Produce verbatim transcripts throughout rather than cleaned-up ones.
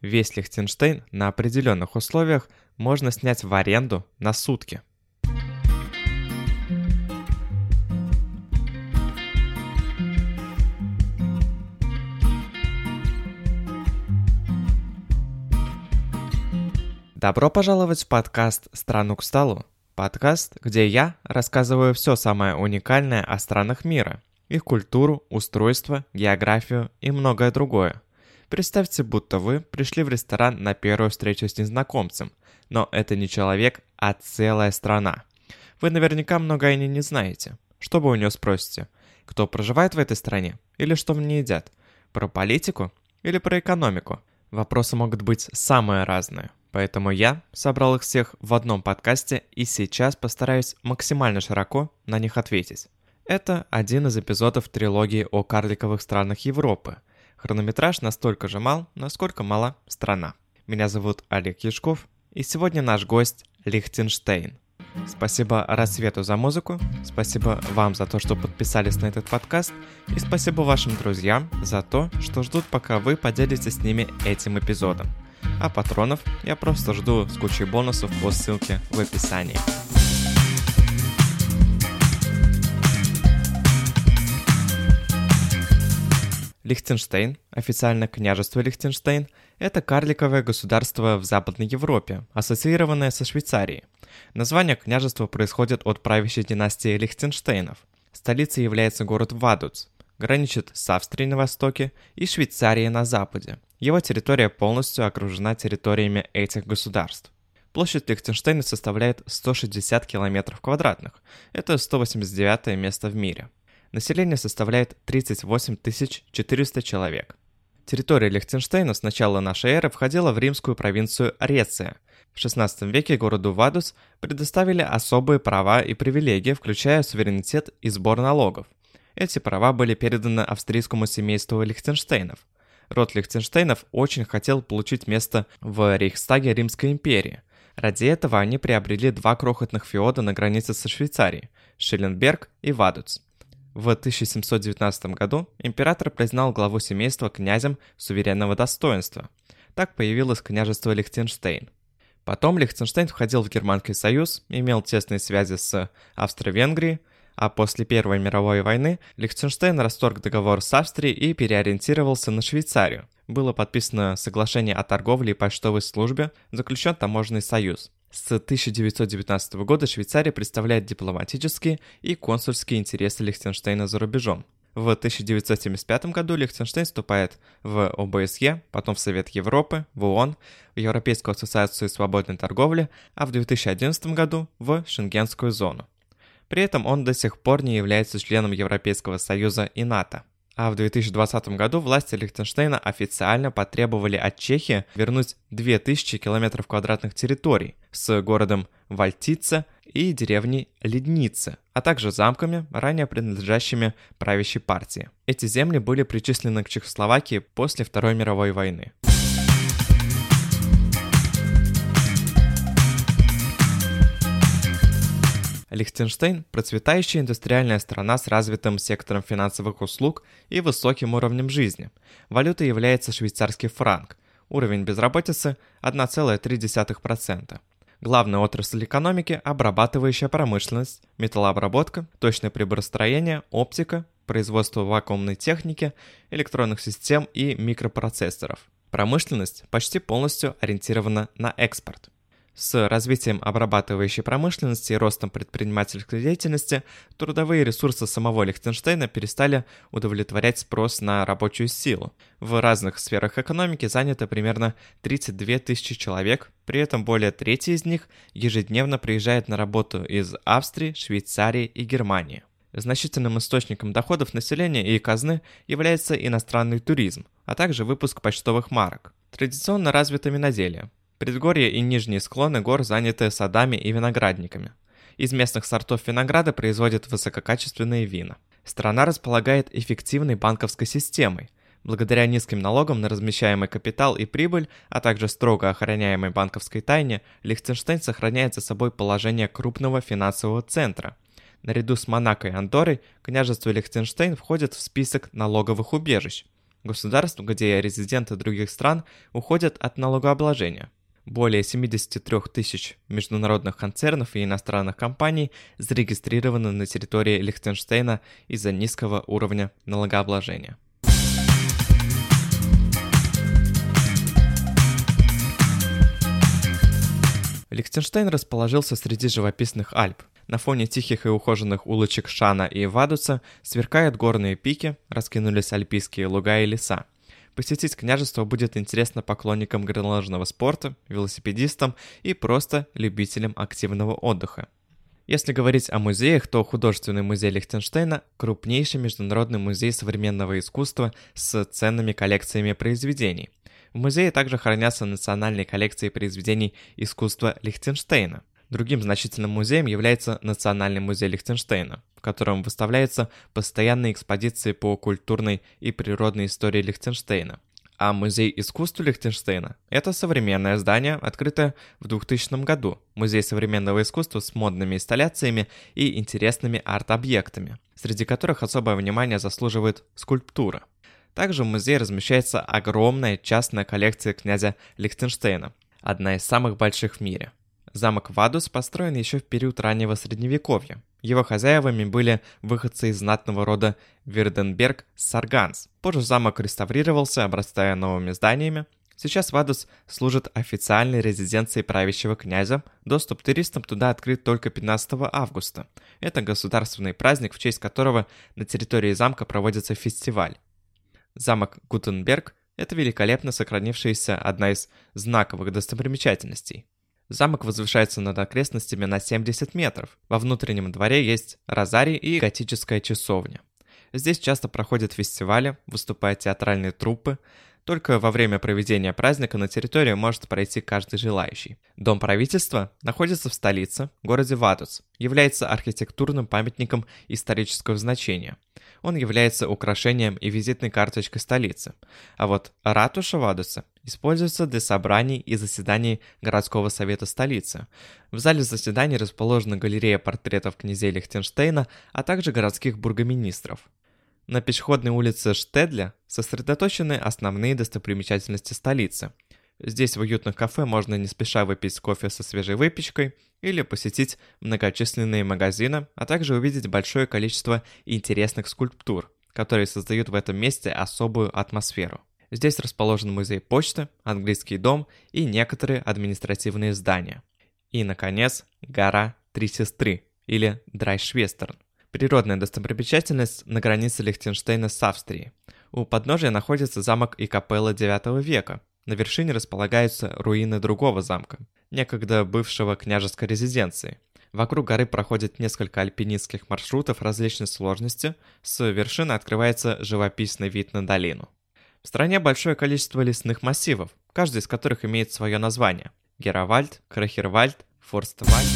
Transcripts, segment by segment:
Весь Лихтенштейн на определенных условиях можно снять в аренду на сутки. Добро пожаловать в подкаст «Страну к столу». Подкаст, где я рассказываю все самое уникальное о странах мира, их культуру, устройство, географию и многое другое. Представьте, будто вы пришли в ресторан на первую встречу с незнакомцем, но это не человек, а целая страна. Вы наверняка много о ней не знаете. Что вы у нее спросите? Кто проживает в этой стране? Или что в ней едят? Про политику? Или про экономику? Вопросы могут быть самые разные. Поэтому я собрал их всех в одном подкасте и сейчас постараюсь максимально широко на них ответить. Это один из эпизодов трилогии о карликовых странах Европы. Хронометраж настолько же мал, насколько мала страна. Меня зовут Олег Яшков, и сегодня наш гость Лихтенштейн. Спасибо Рассвету за музыку, спасибо вам за то, что подписались на этот подкаст, и спасибо вашим друзьям за то, что ждут, пока вы поделитесь с ними этим эпизодом. А патронов я просто жду с кучей бонусов по ссылке в описании. Лихтенштейн, официально княжество Лихтенштейн, это карликовое государство в Западной Европе, ассоциированное со Швейцарией. Название княжества происходит от правящей династии Лихтенштейнов. Столицей является город Вадуц. Граничит с Австрией на востоке и Швейцарией на западе. Его территория полностью окружена территориями этих государств. Площадь Лихтенштейна составляет сто шестьдесят километров квадратных. Это сто восемьдесят девятое место в мире. Население составляет тридцать восемь тысяч четыреста человек. Территория Лихтенштейна с начала нашей эры входила в римскую провинцию Реция. В шестнадцатом веке городу Вадуц предоставили особые права и привилегии, включая суверенитет и сбор налогов. Эти права были переданы австрийскому семейству Лихтенштейнов. Род Лихтенштейнов очень хотел получить место в Рейхстаге Римской империи. Ради этого они приобрели два крохотных феода на границе со Швейцарией – Шелленберг и Вадуц. В тысяча семьсот девятнадцатом году император признал главу семейства князем суверенного достоинства. Так появилось княжество Лихтенштейн. Потом Лихтенштейн входил в Германский союз, имел тесные связи с Австро-Венгрией, а после Первой мировой войны Лихтенштейн расторг договор с Австрией и переориентировался на Швейцарию. Было подписано соглашение о торговле и почтовой службе, заключен таможенный союз. С тысяча девятьсот девятнадцатого года Швейцария представляет дипломатические и консульские интересы Лихтенштейна за рубежом. В тысяча девятьсот семьдесят пятом году Лихтенштейн вступает в о бэ эс е, потом в Совет Европы, в ООН, в Европейскую ассоциацию свободной торговли, а в две тысячи одиннадцатом году в Шенгенскую зону. При этом он до сих пор не является членом Европейского Союза и НАТО. А в две тысячи двадцатом году власти Лихтенштейна официально потребовали от Чехии вернуть две тысячи километров квадратных территорий с городом Вальтице и деревней Леднице, а также замками, ранее принадлежащими правящей партии. Эти земли были причислены к Чехословакии после Второй мировой войны. Лихтенштейн – процветающая индустриальная страна с развитым сектором финансовых услуг и высоким уровнем жизни. Валютой является швейцарский франк. Уровень безработицы – одна целая три десятых процента. Главная отрасль экономики – обрабатывающая промышленность, металлообработка, точное приборостроение, оптика, производство вакуумной техники, электронных систем и микропроцессоров. Промышленность почти полностью ориентирована на экспорт. С развитием обрабатывающей промышленности и ростом предпринимательской деятельности трудовые ресурсы самого Лихтенштейна перестали удовлетворять спрос на рабочую силу. В разных сферах экономики занято примерно тридцать две тысячи человек, при этом более трети из них ежедневно приезжает на работу из Австрии, Швейцарии и Германии. Значительным источником доходов населения и казны является иностранный туризм, а также выпуск почтовых марок. Традиционно развито виноделие. Предгорья и нижние склоны гор заняты садами и виноградниками. Из местных сортов винограда производят высококачественные вина. Страна располагает эффективной банковской системой. Благодаря низким налогам на размещаемый капитал и прибыль, а также строго охраняемой банковской тайне, Лихтенштейн сохраняет за собой положение крупного финансового центра. Наряду с Монако и Андоррой, княжество Лихтенштейн входит в список налоговых убежищ. государств, где резиденты других стран уходят от налогообложения. Более семьдесят три тысяч международных концернов и иностранных компаний зарегистрированы на территории Лихтенштейна из-за низкого уровня налогообложения. Лихтенштейн расположился среди живописных Альп. На фоне тихих и ухоженных улочек Шана и Вадуса сверкают горные пики, раскинулись альпийские луга и леса. Посетить княжество будет интересно поклонникам горнолыжного спорта, велосипедистам и просто любителям активного отдыха. Если говорить о музеях, то художественный музей Лихтенштейна – крупнейший международный музей современного искусства с ценными коллекциями произведений. В музее также хранятся национальные коллекции произведений искусства Лихтенштейна. Другим значительным музеем является Национальный музей Лихтенштейна, в котором выставляются постоянные экспозиции по культурной и природной истории Лихтенштейна. А Музей искусства Лихтенштейна – это современное здание, открытое в двухтысячном году. Музей современного искусства с модными инсталляциями и интересными арт-объектами, среди которых особое внимание заслуживает скульптура. Также в музее размещается огромная частная коллекция князя Лихтенштейна, одна из самых больших в мире. Замок Вадус построен еще в период раннего Средневековья. Его хозяевами были выходцы из знатного рода Вирденберг-Сарганс. Позже замок реставрировался, обрастая новыми зданиями. Сейчас Вадус служит официальной резиденцией правящего князя. Доступ туристам туда открыт только пятнадцатого августа. Это государственный праздник, в честь которого на территории замка проводится фестиваль. Замок Гутенберг – это великолепно сохранившаяся одна из знаковых достопримечательностей. Замок возвышается над окрестностями на семьдесят метров. Во внутреннем дворе есть розарий и готическая часовня. Здесь часто проходят фестивали, выступают театральные труппы. Только во время проведения праздника на территории может пройти каждый желающий. Дом правительства находится в столице, городе Вадус, является архитектурным памятником исторического значения. Он является украшением и визитной карточкой столицы. А вот ратуша Вадуса используется для собраний и заседаний городского совета столицы. В зале заседаний расположена галерея портретов князей Лихтенштейна, а также городских бургоминистров. На пешеходной улице Штедля сосредоточены основные достопримечательности столицы. Здесь в уютных кафе можно не спеша выпить кофе со свежей выпечкой или посетить многочисленные магазины, а также увидеть большое количество интересных скульптур, которые создают в этом месте особую атмосферу. Здесь расположен музей почты, английский дом и некоторые административные здания. И, наконец, гора Три Сестры или Драйшвестерн. Природная достопримечательность на границе Лихтенштейна с Австрией. У подножия находится замок и капелла девятого века. На вершине располагаются руины другого замка, некогда бывшего княжеской резиденции. Вокруг горы проходит несколько альпинистских маршрутов различной сложности, с вершины открывается живописный вид на долину. В стране большое количество лесных массивов, каждый из которых имеет свое название. Геравальд, Крахервальд, Форствальд.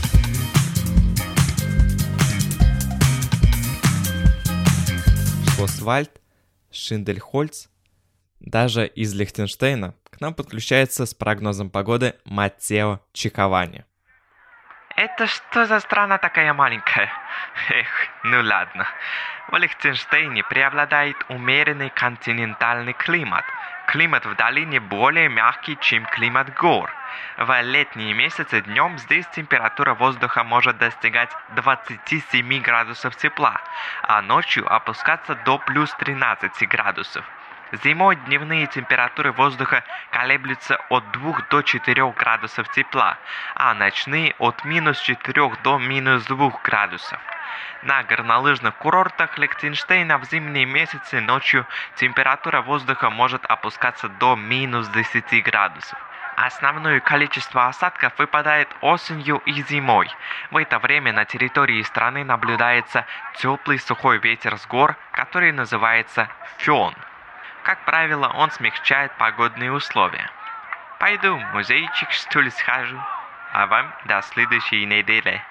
Шлоссвальд, Шиндельхольц. Даже из Лихтенштейна к нам подключается с прогнозом погоды Маттео Чиковани. Это что за страна такая маленькая? Эх, ну ладно. В Лихтенштейне преобладает умеренный континентальный климат. Климат в долине более мягкий, чем климат гор. В летние месяцы днем здесь температура воздуха может достигать двадцать семь градусов тепла, а ночью опускаться до плюс тринадцать градусов. Зимой дневные температуры воздуха колеблются от двух до четырёх градусов тепла, а ночные от минус четырёх до минус двух градусов. На горнолыжных курортах Лихтенштейна в зимние месяцы ночью температура воздуха может опускаться до минус десять градусов. Основное количество осадков выпадает осенью и зимой. В это время на территории страны наблюдается теплый сухой ветер с гор, который называется фён. Как правило, он смягчает погодные условия. Пойду в музейчик, что ли, схожу. А вам до следующей недели.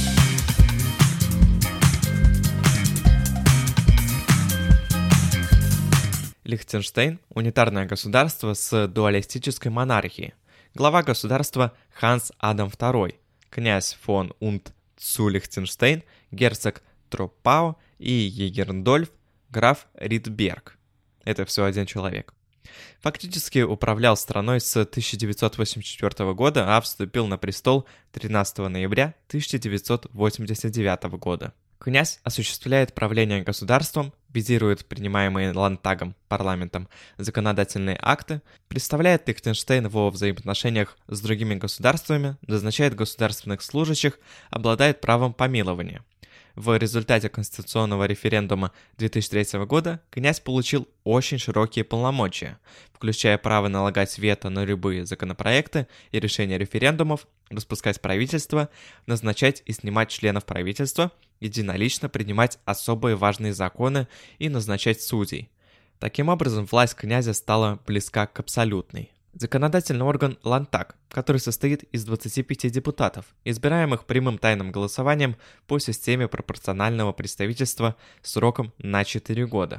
Лихтенштейн – унитарное государство с дуалистической монархией. Глава государства Ханс Адам второй, князь фон und zu Лихтенштейн, герцог Тропау и Егерндольф, граф Ридберг. Это все один человек. Фактически управлял страной с тысяча девятьсот восемьдесят четвёртого года, а вступил на престол тринадцатого ноября тысяча девятьсот восемьдесят девятого года. Князь осуществляет правление государством, визирует принимаемые Ландтагом, парламентом, законодательные акты, представляет Лихтенштейн во взаимоотношениях с другими государствами, назначает государственных служащих, обладает правом помилования. В результате конституционного референдума две тысячи третьего года князь получил очень широкие полномочия, включая право налагать вето на любые законопроекты и решения референдумов, распускать правительство, назначать и снимать членов правительства, единолично принимать особые важные законы и назначать судей. Таким образом, власть князя стала близка к абсолютной. Законодательный орган Ландтаг, который состоит из двадцати пяти депутатов, избираемых прямым тайным голосованием по системе пропорционального представительства сроком на четыре года.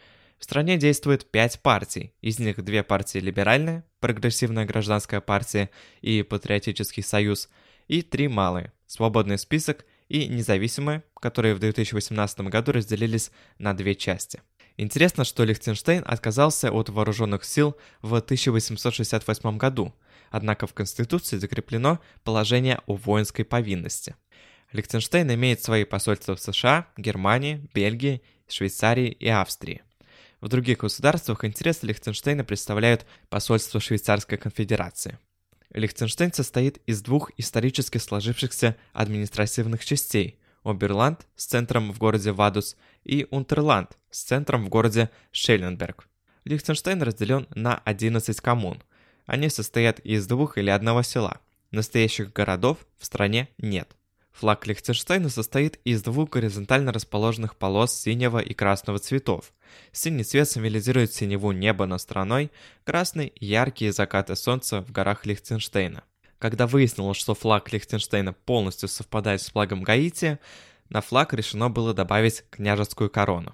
В стране действует пять партий, из них две партии либеральные, Прогрессивная гражданская партия и Патриотический союз, и три малые, Свободный список и Независимые, которые в две тысячи восемнадцатом году разделились на две части. Интересно, что Лихтенштейн отказался от вооруженных сил в тысяча восемьсот шестьдесят восьмом году, однако в Конституции закреплено положение о воинской повинности. Лихтенштейн имеет свои посольства в США, Германии, Бельгии, Швейцарии и Австрии. В других государствах интересы Лихтенштейна представляют посольство Швейцарской конфедерации. Лихтенштейн состоит из двух исторически сложившихся административных частей – Оберланд с центром в городе Вадус и Унтерланд с центром в городе Шелленберг. Лихтенштейн разделен на одиннадцать коммун. Они состоят из двух или одного села. Настоящих городов в стране нет. Флаг Лихтенштейна состоит из двух горизонтально расположенных полос синего и красного цветов. Синий цвет символизирует синеву неба над страной, красный – яркие закаты солнца в горах Лихтенштейна. Когда выяснилось, что флаг Лихтенштейна полностью совпадает с флагом Гаити, на флаг решено было добавить княжескую корону.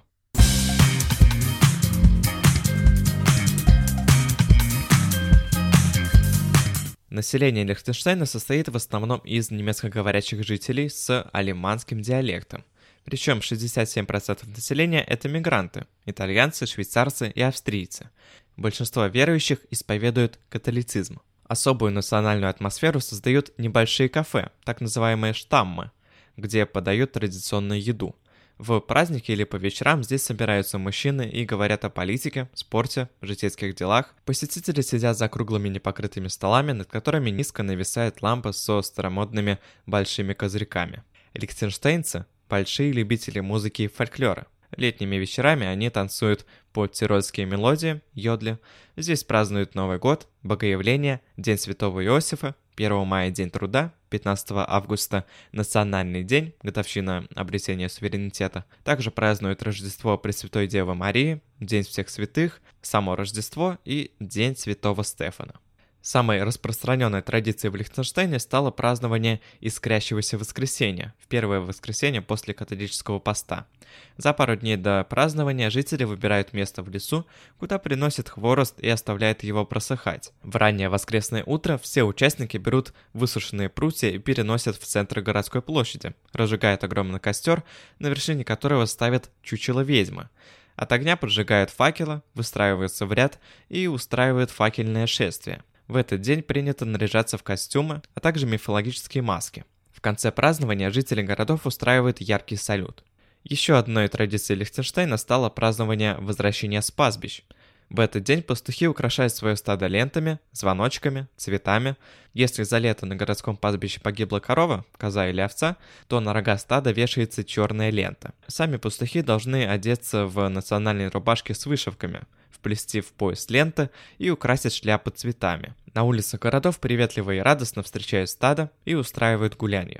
Население Лихтенштейна состоит в основном из немецкоговорящих жителей с алеманским диалектом. Причем шестьдесят семь процентов населения – это мигранты – итальянцы, швейцарцы и австрийцы. Большинство верующих исповедуют католицизм. Особую национальную атмосферу создают небольшие кафе, так называемые штаммы, где подают традиционную еду. В праздники или по вечерам здесь собираются мужчины и говорят о политике, спорте, житейских делах. Посетители сидят за круглыми непокрытыми столами, над которыми низко нависает лампа со старомодными большими козырьками. Лихтенштейнцы – большие любители музыки и фольклора. Летними вечерами они танцуют под тирольские мелодии, йодли. Здесь празднуют Новый год, Богоявление, День Святого Иосифа, первого мая День труда, пятнадцатого августа Национальный день, годовщина обретения суверенитета. Также празднуют Рождество Пресвятой Девы Марии, День всех святых, само Рождество и День Святого Стефана. Самой распространенной традицией в Лихтенштейне стало празднование Искрящегося воскресенья, в первое воскресенье после католического поста. За пару дней до празднования жители выбирают место в лесу, куда приносят хворост и оставляют его просыхать. В раннее воскресное утро все участники берут высушенные прутья и переносят в центр городской площади, разжигают огромный костер, на вершине которого ставят чучело ведьмы. От огня поджигают факелы, выстраиваются в ряд и устраивают факельное шествие. В этот день принято наряжаться в костюмы, а также мифологические маски. В конце празднования жители городов устраивают яркий салют. Еще одной традицией Лихтенштейна стало празднование возвращения с пастбищ. В этот день пастухи украшают свое стадо лентами, звоночками, цветами. Если за лето на городском пастбище погибла корова, коза или овца, то на рога стада вешается черная лента. Сами пастухи должны одеться в национальные рубашки с вышивками, вплести в пояс ленты и украсить шляпы цветами. На улицах городов приветливо и радостно встречают стадо и устраивают гулянья.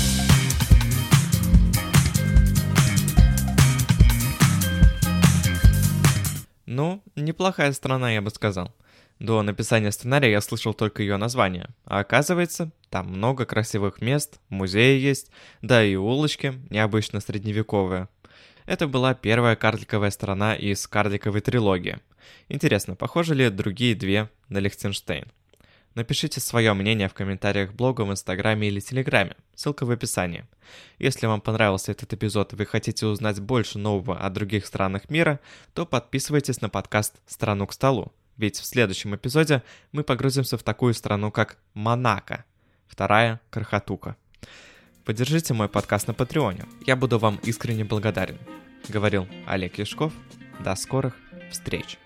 Ну, неплохая страна, я бы сказал. До написания сценария я слышал только ее название, а оказывается, там много красивых мест, музеи есть, да и улочки, необычно средневековые. Это была первая карликовая страна из карликовой трилогии. Интересно, похожи ли другие две на Лихтенштейн? Напишите свое мнение в комментариях блога, в Инстаграме или Телеграме. Ссылка в описании. Если вам понравился этот эпизод и вы хотите узнать больше нового о других странах мира, то подписывайтесь на подкаст «Страну к столу». Ведь в следующем эпизоде мы погрузимся в такую страну, как Монако. Вторая крохотуха. Поддержите мой подкаст на Патреоне. Я буду вам искренне благодарен. Говорил Олег Яшков. До скорых встреч.